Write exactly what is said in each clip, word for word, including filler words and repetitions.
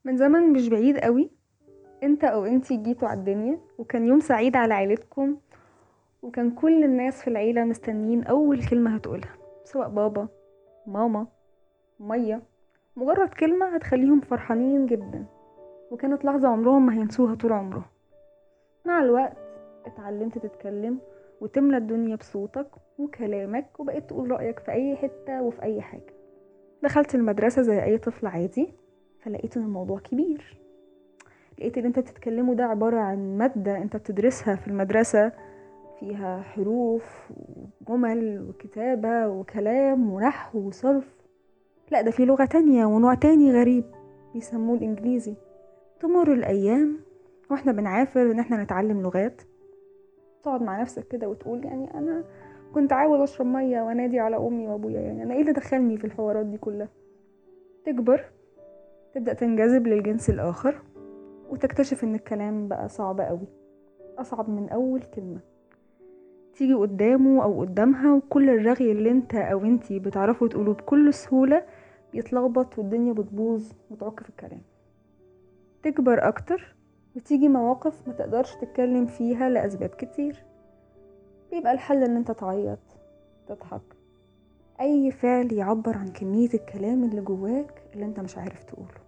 من زمن مش بعيد قوي، انت او انتي جيتوا على الدنيا وكان يوم سعيد على عيلتكم، وكان كل الناس في العيلة مستنيين اول كلمة هتقولها، سواء بابا، ماما، مية. مجرد كلمة هتخليهم فرحانين جدا، وكانت لحظة عمرهم ما هينسوها طول عمرهم. مع الوقت اتعلمت تتكلم وتملى الدنيا بصوتك وكلامك، وبقيت تقول رأيك في اي حتة وفي اي حاجة. دخلت المدرسة زي اي طفل عادي، فلقيت ان الموضوع كبير. لقيت اللي انت بتتكلمه ده عبارة عن مادة انت بتدرسها في المدرسة، فيها حروف وجمل وكتابة وكلام ونحو وصرف. لا، ده في لغة تانية ونوع تاني غريب بيسموه الانجليزي. تمر الايام واحنا بنعافر ان احنا نتعلم لغات. تقعد مع نفسك كده وتقول يعني انا كنت عاوز اشرب مية وانادي على امي وابويا، يعني انا ايه اللي دخلني في الحوارات دي كلها؟ تكبر، تبدأ تنجذب للجنس الاخر، وتكتشف ان الكلام بقى صعب قوي، اصعب من اول كلمة تيجي قدامه او قدامها، وكل الرغي اللي انت او انتي بتعرفوا تقوله بكل سهولة بيتلخبط والدنيا بتبوظ وتعك في الكلام. تكبر اكتر وتيجي مواقف ما تقدرش تتكلم فيها لاسباب كتير، بيبقى الحل ان انت تعيط، تضحك، اي فعل يعبر عن كمية الكلام اللي جواك اللي انت مش عارف تقوله.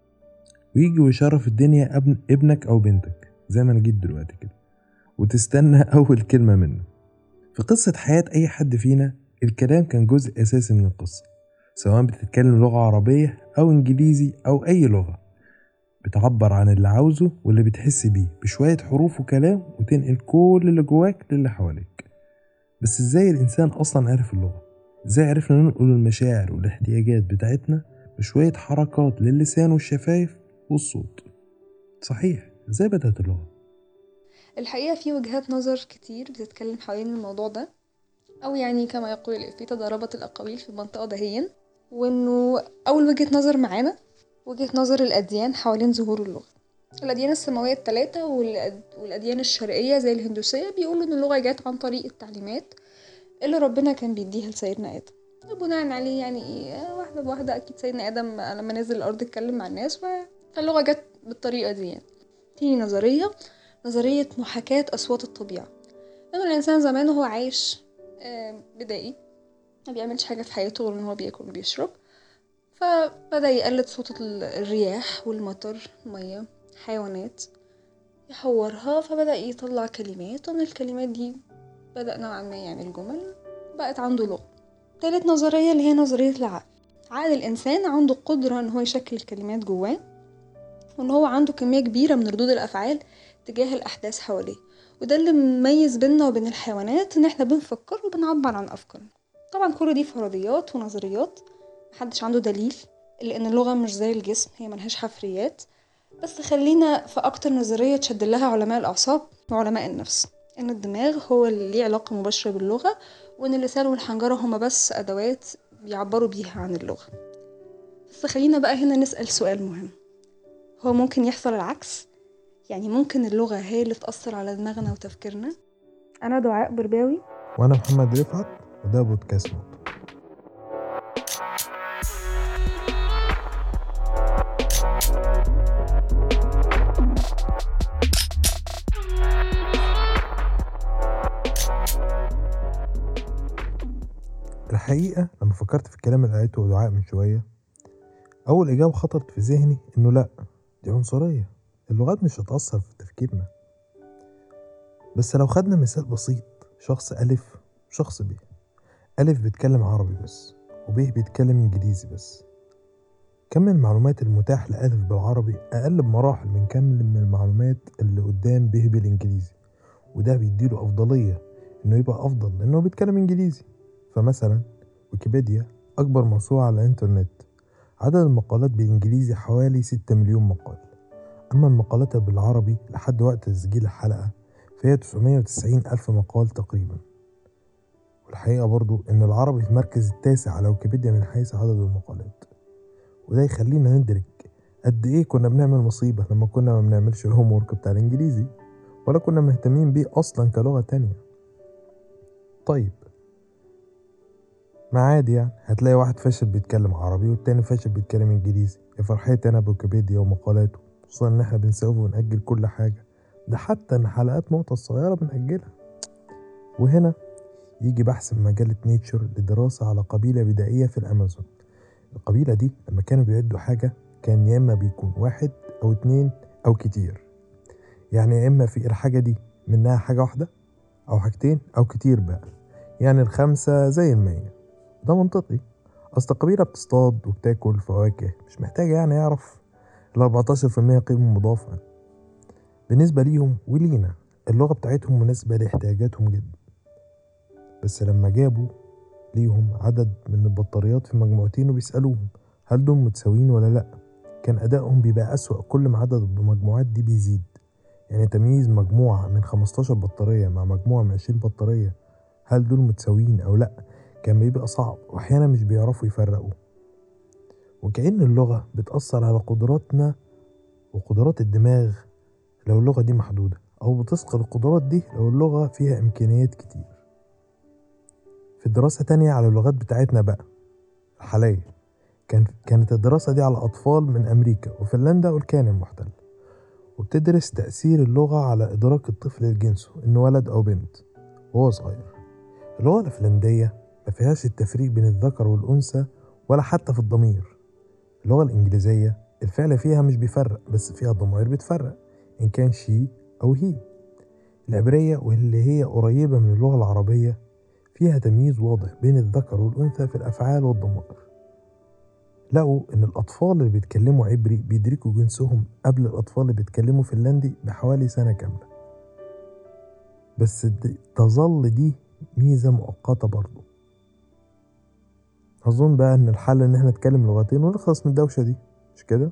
ويجي ويشرف الدنيا ابن ابنك او بنتك زي ما انا جيت دلوقتي كده، وتستنى اول كلمة منه. في قصة حياة اي حد فينا الكلام كان جزء اساسي من القصة، سواء بتتكلم لغة عربية او انجليزي او اي لغة. بتعبر عن اللي عاوزه واللي بتحس بيه بشوية حروف وكلام، وتنقل كل اللي جواك للي حواليك. بس ازاي الانسان اصلا عرف اللغة؟ ازاي عرفنا ننقل المشاعر والاحتياجات بتاعتنا بشوية حركات للسان والشفايف والصوت؟ صحيح، ازاي بدأت اللغة؟ الحقيقة في وجهات نظر كتير بتتكلم حوالين الموضوع ده، او يعني كما يقول في تضاربت الاقاويل في المنطقة دهيا. وانه اول وجهة نظر معانا وجهة نظر الاديان حوالين ظهور اللغة. الاديان السماوية الثلاثة والاديان الشرقية زي الهندوسية بيقولوا ان اللغة جات عن طريق التعليمات اللي ربنا كان بيديها لسيدنا ادم. بناء عليه يعني ايه، واحدة بواحدة اكيد سيدنا ادم لما نزل الارض اتكلم مع الناس، فاللغة جت بالطريقة دي يعني. تاني نظرية، نظرية محاكاة اصوات الطبيعة. انه الانسان زمان وهو عايش بدائي، ما بيعملش حاجة في حياته غير ان هو بياكل وبيشرب، فبدأ يقلد صوت الرياح والمطر، مية، حيوانات، يحورها، فبدأ يطلع كلمات، ومن الكلمات دي بدأ نوعا ما يعمل جمل، بقت عنده لغة. تالت نظرية اللي هي نظرية العقل. عقل الإنسان عنده قدرة ان هو يشكل الكلمات جواه، وان هو عنده كمية كبيرة من ردود الأفعال تجاه الأحداث حواليه. وده اللي مميز بيننا وبين الحيوانات، ان احنا بنفكر وبنعبر عن أفكارنا. طبعا كل دي فرضيات ونظريات، محدش عنده دليل، لأن اللغة مش زي الجسم، هي ملهاش حفريات. بس خلينا في أكتر نظرية تشد لها علماء الأعصاب وعلماء النفس، إن الدماغ هو اللي ليه علاقة مباشرة باللغة، وإن اللسان والحنجرة هما بس أدوات بيعبروا بيها عن اللغة. بس خلينا بقى هنا نسأل سؤال مهم، هو ممكن يحصل العكس؟ يعني ممكن اللغة هي اللي تأثر على دماغنا وتفكيرنا؟ أنا دعاء برباوي، وانا محمد رفعت، وده بودكاست نقطة. الحقيقة لما فكرت في الكلام اللي قالته دعاء من شوية، أول إجابة خطرت في ذهني إنه لأ، دي عنصرية. اللغات مش هتأثر في تفكيرنا. بس لو خدنا مثال بسيط، شخص ألف وشخص ب. ألف بيتكلم عربي بس، وب بيتكلم إنجليزي بس. كم من المعلومات المتاح لألف بالعربي أقل بمراحل من كم من المعلومات اللي قدام ب بالإنجليزي، وده بيديله أفضلية إنه يبقى أفضل لأنه بيتكلم إنجليزي. فمثلا ويكيبيديا أكبر موسوعة على الإنترنت، عدد المقالات بالإنجليزي حوالي ستة مليون مقال، أما المقالات بالعربي لحد وقت تسجيل الحلقة فهي تسعمية وتسعين ألف مقال تقريبا. والحقيقة برضو إن العربي في المركز التاسع على ويكيبيديا من حيث عدد المقالات، وده يخلينا ندرك قد إيه كنا بنعمل مصيبة لما كنا ما بنعملش الهوم ورك بتاع الإنجليزي، ولا كنا مهتمين بيه أصلا كلغة تانية. طيب ما عادي يعني، هتلاقي واحد فاشل بيتكلم عربي والتاني فاشل بيتكلم انجليزي. يا فرحتي انا بويكيبيديا ومقالاته، خصوصا ان احنا بنسوف ونأجل كل حاجة، ده حتى ان حلقات نقطة الصغيرة بنأجلها. وهنا يجي بحث من مجلة نيتشر لدراسة على قبيلة بدائية في الأمازون. القبيلة دي لما كانوا بيعدوا حاجة كان يا إما بيكون واحد أو اتنين أو كتير. يعني يا إما في الحاجة دي منها حاجة واحدة أو حاجتين أو كتير بقى، يعني الخمسة زي المية. ده منطقي، أصل القبيلة بتصطاد وبتاكل فواكه، مش محتاجة يعني يعرف الأربعتاشر في المية قيمة مضافة. بالنسبة ليهم ولينا اللغة بتاعتهم مناسبة لاحتياجاتهم جدا. بس لما جابوا ليهم عدد من البطاريات في مجموعتين وبيسألوهم هل دول متساويين ولا لأ، كان أدائهم بيبقى أسوأ كل ما عدد المجموعات دي بيزيد. يعني تمييز مجموعة من خمستاشر بطارية مع مجموعة من عشرين بطارية هل دول متساويين أو لأ كان بيبقى صعب، وأحيانا مش بيعرفوا يفرقوا. وكأن اللغة بتأثر على قدراتنا وقدرات الدماغ لو اللغة دي محدودة، أو بتثقل القدرات دي لو اللغة فيها إمكانيات كتير. في دراسة تانية على اللغات بتاعتنا بقى الحالية، كان كانت الدراسة دي على أطفال من أمريكا وفنلندا والكيان المحتل، وبتدرس تأثير اللغة على إدراك الطفل لجنسه إنه ولد أو بنت وهو صغير. اللغة الفنلندية ما فيهاش التفريق بين الذكر والأنثى ولا حتى في الضمير. اللغة الإنجليزية الفعل فيها مش بيفرق، بس فيها ضمائر بتفرق إن كان شي أو هي. العبرية واللي هي قريبة من اللغة العربية فيها تمييز واضح بين الذكر والأنثى في الأفعال والضمائر. لقوا إن الأطفال اللي بيتكلموا عبري بيدركوا جنسهم قبل الأطفال اللي بيتكلموا فنلندي بحوالي سنة كاملة. بس دي تظل دي ميزة مؤقتة برضو. أظن بقى إن الحل إن احنا نتكلم لغتين ونخلص من الدوشة دي، مش كده؟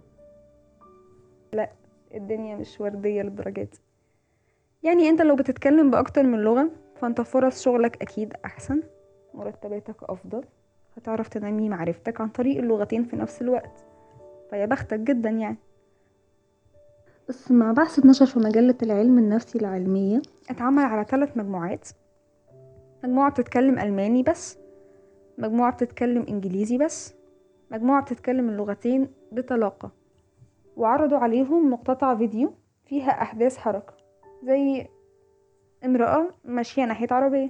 لا، الدنيا مش وردية للدرجة دي. يعني انت لو بتتكلم بأكتر من لغة فانت فرص شغلك أكيد أحسن، مرتباتك أفضل، هتعرف تنمي معرفتك عن طريق اللغتين في نفس الوقت، فيا بختك جدا يعني. بس مع بحث اتنشر في مجلة العلم النفسي العلمية، اتعمل على ثلاث مجموعات: مجموعة بتتكلم ألماني بس، مجموعة بتتكلم إنجليزي بس، مجموعة بتتكلم اللغتين بطلاقة. وعرضوا عليهم مقتطع فيديو فيها أحداث حركة، زي امرأة ماشية ناحية عربية،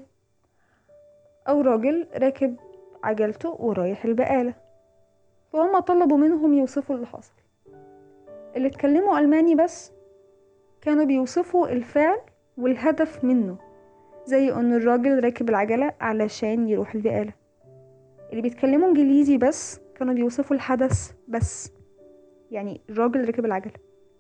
أو راجل راكب عجلته ورايح البقالة. فهم طلبوا منهم يوصفوا اللي حصل. اللي اتكلموا ألماني بس كانوا بيوصفوا الفعل والهدف منه، زي ان الراجل راكب العجلة علشان يروح البقالة. اللي بيتكلموا انجليزي بس كانوا بيوصفوا الحدث بس، يعني الراجل ركب العجلة،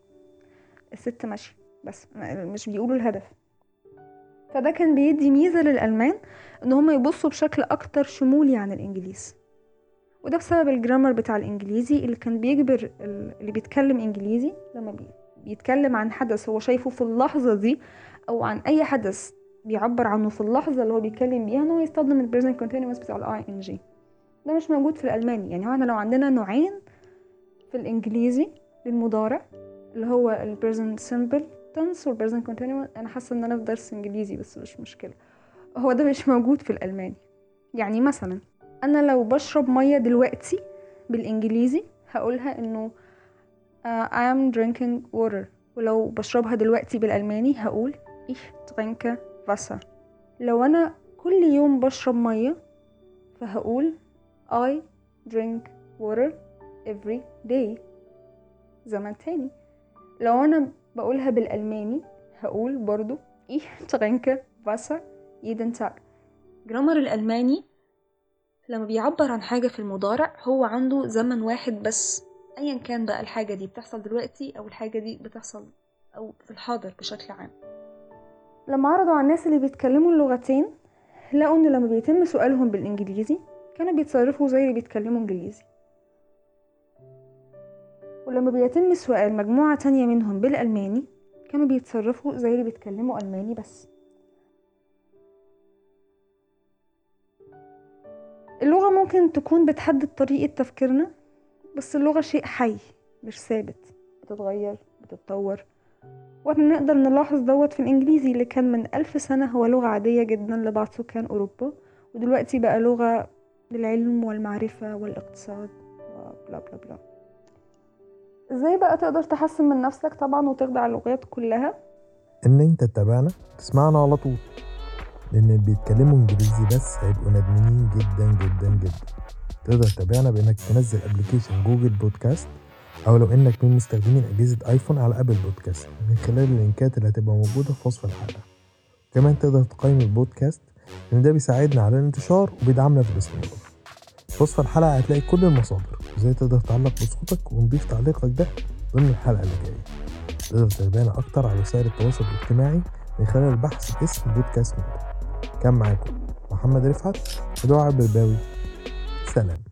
الست ماشية بس، مش بيقولوا الهدف. فده كان بيدي ميزة للألمان ان هم يبصوا بشكل اكتر شمولي عن الانجليز. وده بسبب الجرامر بتاع الانجليزي اللي كان بيجبر اللي بيتكلم انجليزي لما بي بيتكلم عن حدث هو شايفه في اللحظة دي، او عن اي حدث بيعبر عنه في اللحظة اللي هو بيتكلم بيها، انه يستخدم ال present continuous بتاع ال ing. ده مش موجود في الألماني. يعني هو احنا لو عندنا نوعين في الانجليزي للمضارع، اللي هو ال present simple tense وال present continuous. انا حاسة ان انا في درس انجليزي بس مش مشكلة، هو ده مش موجود في الألماني. يعني مثلا انا لو بشرب مية دلوقتي بالانجليزي هقولها انه uh, I am drinking water، ولو بشربها دلوقتي بالألماني هقول ich trinke Wasser. لو انا كل يوم بشرب مية فهقول I drink water every day. زمن تاني لو انا بقولها بالألماني هقول برضو ich trinke Wasser jeden Tag. جرامر الألماني لما بيعبر عن حاجة في المضارع هو عنده زمن واحد بس، ايا كان بقى الحاجة دي بتحصل دلوقتي او الحاجة دي بتحصل او في الحاضر بشكل عام. لما عرضوا على الناس اللي بيتكلموا اللغتين لقوا ان لما بيتم سؤالهم بالانجليزي كانوا بيتصرفوا زي اللي بيتكلموا انجليزي، ولما بيتم سؤال مجموعة تانية منهم بالألماني كانوا بيتصرفوا زي اللي بيتكلموا ألماني بس. اللغة ممكن تكون بتحدد طريقة تفكيرنا، بس اللغة شيء حي مش ثابت، بتتغير بتتطور. واحنا نقدر نلاحظ دوت في الانجليزي اللي كان من ألف سنة هو لغة عادية جدا لبعض سكان أوروبا، ودلوقتي بقى لغة للعلم والمعرفة والاقتصاد وبلا بلا بلا. ازاي بقى تقدر تحسن من نفسك طبعا وتخضع اللغات كلها؟ ان انت تتابعنا تسمعنا على طول، لان اللي بيتكلموا انجليزي بس هيبقوا ندمانين جدا جدا جدا. تقدر تتابعنا بانك تنزل ابلكيشن جوجل بودكاست، او لو انك من مستخدمين اجهزة ايفون على ابل بودكاست من خلال اللينكات اللي هتبقى موجودة في وصف الحلقة. كمان تقدر تقيم البودكاست لان ده بيساعدنا على الانتشار وبيدعمنا في الاستمرار. في وصف الحلقة هتلاقي كل المصادر وازاي تقدر تعلق بصوتك ونضيف تعليقك ده ضمن الحلقة اللي جاية. تقدر تتابعنا اكتر على وسائل التواصل الاجتماعي من خلال البحث باسم بودكاست نوتة. كان معاكم محمد رفعت ودعاء برباوي. سلام.